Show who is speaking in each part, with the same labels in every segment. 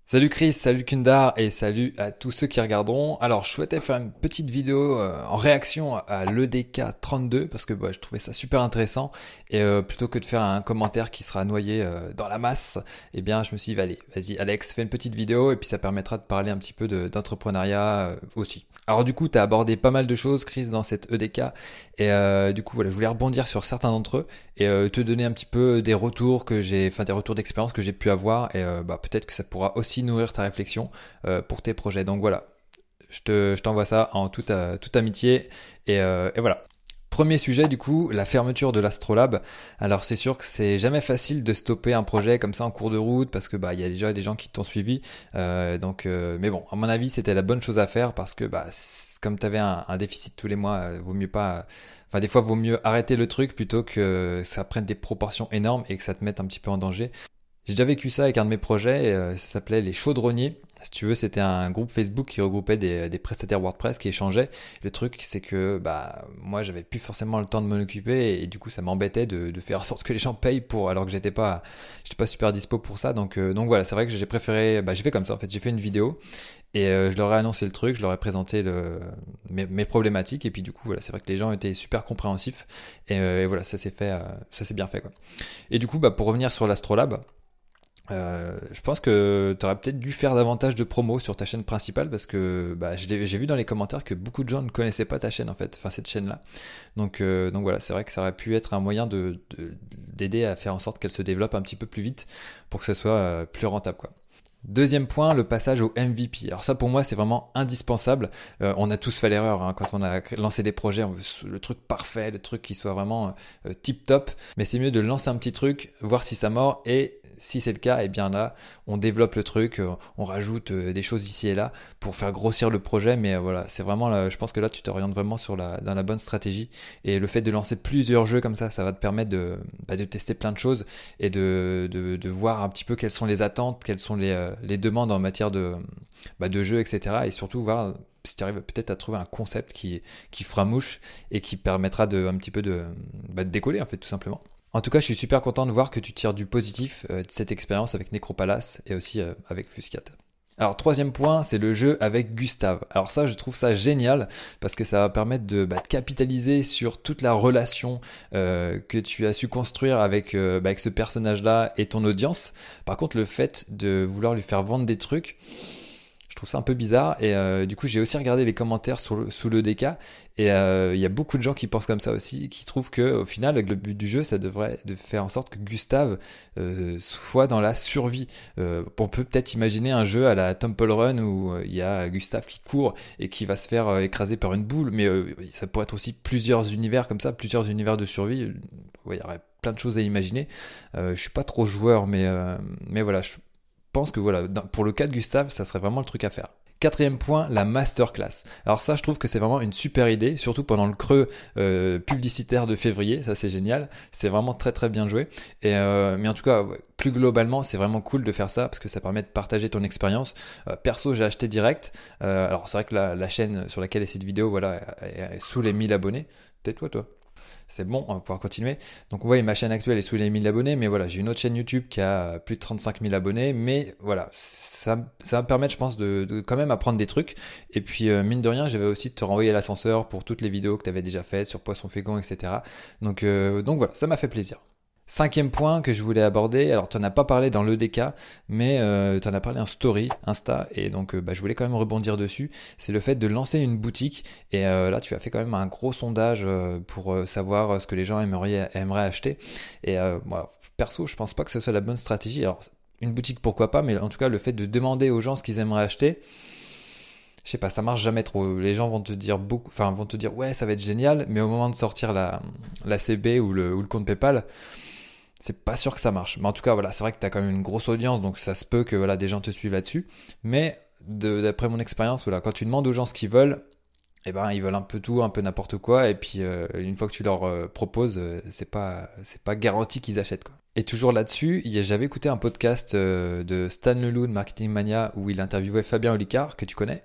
Speaker 1: Salut Chris, salut Kundar et salut à tous ceux qui regarderont. Alors je souhaitais faire une petite vidéo en réaction à l'EDK 32 parce que je trouvais ça super intéressant et plutôt que de faire un commentaire qui sera noyé dans la masse, eh bien je me suis dit allez, vas-y Alex, fais une petite vidéo et puis ça permettra de parler un petit peu d'entrepreneuriat aussi. Alors du coup tu as abordé pas mal de choses Chris dans cette EDK et du coup voilà, je voulais rebondir sur certains d'entre eux et te donner un petit peu des retours des retours d'expérience que j'ai pu avoir et peut-être que ça pourra aussi nourrir ta réflexion pour tes projets. Donc voilà, je t'envoie ça en toute amitié et voilà. Premier sujet du coup, la fermeture de l'Astrolabe. Alors c'est sûr que c'est jamais facile de stopper un projet comme ça en cours de route parce que il y a déjà des gens qui t'ont suivi. Mais bon, à mon avis c'était la bonne chose à faire parce que comme tu avais un déficit tous les mois, vaut mieux pas. Enfin des fois vaut mieux arrêter le truc plutôt que ça prenne des proportions énormes et que ça te mette un petit peu en danger. J'ai déjà vécu ça avec un de mes projets, ça s'appelait les chaudronniers. Si tu veux, c'était un groupe Facebook qui regroupait des prestataires WordPress qui échangeaient. Le truc, c'est que moi, j'avais plus forcément le temps de m'en occuper et du coup, ça m'embêtait de faire en sorte que les gens payent alors que j'étais pas super dispo pour ça. Donc voilà, c'est vrai que j'ai préféré, j'ai fait comme ça en fait. J'ai fait une vidéo et je leur ai annoncé le truc, je leur ai présenté mes problématiques et puis du coup, voilà, c'est vrai que les gens étaient super compréhensifs et voilà, ça s'est fait, ça s'est bien fait quoi. Et du coup, pour revenir sur l'Astrolabe. Je pense que tu aurais peut-être dû faire davantage de promos sur ta chaîne principale parce que j'ai vu dans les commentaires que beaucoup de gens ne connaissaient pas ta chaîne en fait, enfin cette chaîne-là. Donc voilà, c'est vrai que ça aurait pu être un moyen d'aider à faire en sorte qu'elle se développe un petit peu plus vite pour que ça soit plus rentable quoi. Deuxième point, le passage au MVP. Alors ça pour moi c'est vraiment indispensable. On a tous fait l'erreur hein, quand on a lancé des projets, on veut le truc parfait, le truc qui soit vraiment tip top. Mais c'est mieux de lancer un petit truc, voir si ça mord et si c'est le cas, eh bien là, on développe le truc, on rajoute des choses ici et là pour faire grossir le projet. Mais voilà, c'est vraiment là, je pense que là tu t'orientes vraiment dans la bonne stratégie. Et le fait de lancer plusieurs jeux comme ça va te permettre de tester plein de choses et de voir un petit peu quelles sont les attentes, quelles sont les demandes en matière de jeu, etc. Et surtout voir si tu arrives peut-être à trouver un concept qui fera mouche et qui permettra un petit peu de décoller en fait tout simplement. En tout cas, je suis super content de voir que tu tires du positif de cette expérience avec Necropalace et aussi avec Fuscat. Alors troisième point, c'est le jeu avec Gustave. Alors ça, je trouve ça génial parce que ça va permettre de capitaliser sur toute la relation que tu as su construire avec ce personnage-là et ton audience. Par contre, le fait de vouloir lui faire vendre des trucs, je trouve ça un peu bizarre et du coup j'ai aussi regardé les commentaires sous le DK et il y a beaucoup de gens qui pensent comme ça aussi, qui trouvent que au final le but du jeu ça devrait de faire en sorte que Gustave soit dans la survie. On peut peut-être imaginer un jeu à la Temple Run où il y a Gustave qui court et qui va se faire écraser par une boule, mais ça pourrait être aussi plusieurs univers comme ça, plusieurs univers de survie. Il y aurait plein de choses à imaginer. Je suis pas trop joueur, mais voilà, je pense que voilà, pour le cas de Gustave, ça serait vraiment le truc à faire. Quatrième point, la masterclass. Alors ça, je trouve que c'est vraiment une super idée, surtout pendant le creux publicitaire de février. Ça, c'est génial. C'est vraiment très très bien joué. Mais en tout cas, plus globalement, c'est vraiment cool de faire ça parce que ça permet de partager ton expérience. Perso, j'ai acheté direct. Alors c'est vrai que la chaîne sur laquelle est cette vidéo, voilà, est sous les 1000 abonnés. Tais-toi, toi. C'est bon, on va pouvoir continuer. Donc, ouais, ma chaîne actuelle est sous les 1000 abonnés, mais voilà, j'ai une autre chaîne YouTube qui a plus de 35 000 abonnés, mais voilà, ça va me permettre, je pense, de quand même apprendre des trucs. Et puis, mine de rien, je vais aussi te renvoyer l'ascenseur pour toutes les vidéos que tu avais déjà faites sur Poisson Fécond, etc. Donc voilà, ça m'a fait plaisir. Cinquième point que je voulais aborder, alors tu n'en as pas parlé dans l'EDK, mais tu en as parlé en story, Insta, et donc je voulais quand même rebondir dessus, c'est le fait de lancer une boutique, et là tu as fait quand même un gros sondage pour savoir ce que les gens aimeraient acheter, et moi, perso je pense pas que ce soit la bonne stratégie, alors une boutique pourquoi pas, mais en tout cas le fait de demander aux gens ce qu'ils aimeraient acheter, je sais pas, ça marche jamais trop. Les gens vont te dire vont te dire ouais, ça va être génial, mais au moment de sortir la CB ou le compte PayPal, c'est pas sûr que ça marche. Mais en tout cas, voilà, c'est vrai que tu as quand même une grosse audience, donc ça se peut que voilà, des gens te suivent là-dessus. Mais d'après mon expérience, voilà, quand tu demandes aux gens ce qu'ils veulent, eh ben, ils veulent un peu tout, un peu n'importe quoi. Et puis, une fois que tu leur proposes, c'est pas garanti qu'ils achètent, quoi. Et toujours là-dessus, j'avais écouté un podcast de Stan Leloup de Marketing Mania où il interviewait Fabien Olicard, que tu connais.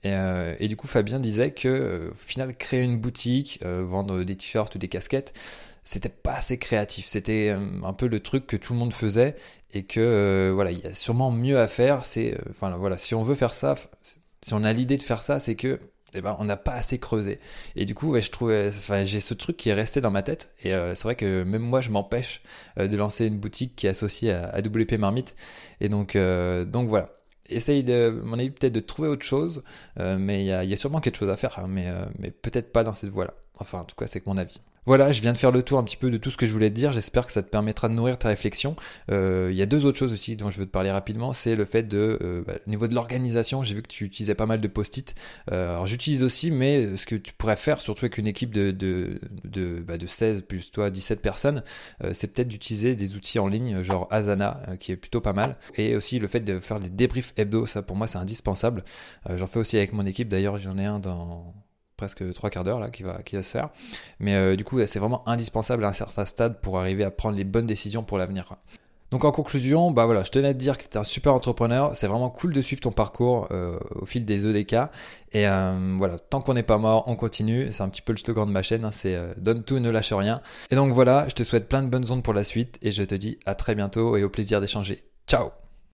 Speaker 1: Et du coup, Fabien disait que, au final, créer une boutique, vendre des t-shirts ou des casquettes, c'était pas assez créatif. C'était un peu le truc que tout le monde faisait et que voilà, il y a sûrement mieux à faire. C'est enfin voilà, si on veut faire ça, si on a l'idée de faire ça, c'est que eh ben, on n'a pas assez creusé. Et du coup, ouais, je trouvais, enfin, j'ai ce truc qui est resté dans ma tête. Et c'est vrai que même moi, je m'empêche de lancer une boutique qui est associée à WP Marmite. Et donc voilà. Essaye de, à mon avis, peut-être de trouver autre chose, mais il y a sûrement quelque chose à faire, hein, mais peut-être pas dans cette voie-là. Enfin, en tout cas, c'est que mon avis. Voilà, je viens de faire le tour un petit peu de tout ce que je voulais te dire. J'espère que ça te permettra de nourrir ta réflexion. Il y a deux autres choses aussi dont je veux te parler rapidement. C'est le fait de, au niveau de l'organisation, j'ai vu que tu utilisais pas mal de post-it. Alors j'utilise aussi, mais ce que tu pourrais faire, surtout avec une équipe de 16 plus toi 17 personnes, c'est peut-être d'utiliser des outils en ligne, genre Asana, qui est plutôt pas mal. Et aussi le fait de faire des débriefs hebdo, ça pour moi c'est indispensable. J'en fais aussi avec mon équipe. D'ailleurs, j'en ai un dans presque 3/4 d'heure là qui va se faire, mais du coup c'est vraiment indispensable à un certain stade pour arriver à prendre les bonnes décisions pour l'avenir, quoi. Donc en conclusion, bah voilà, je tenais à te dire que tu es un super entrepreneur, c'est vraiment cool de suivre ton parcours au fil des EDK, et voilà, tant qu'on n'est pas mort, on continue, c'est un petit peu le slogan de ma chaîne, hein, c'est donne tout, ne lâche rien. Et donc voilà, je te souhaite plein de bonnes ondes pour la suite, et je te dis à très bientôt et au plaisir d'échanger. Ciao.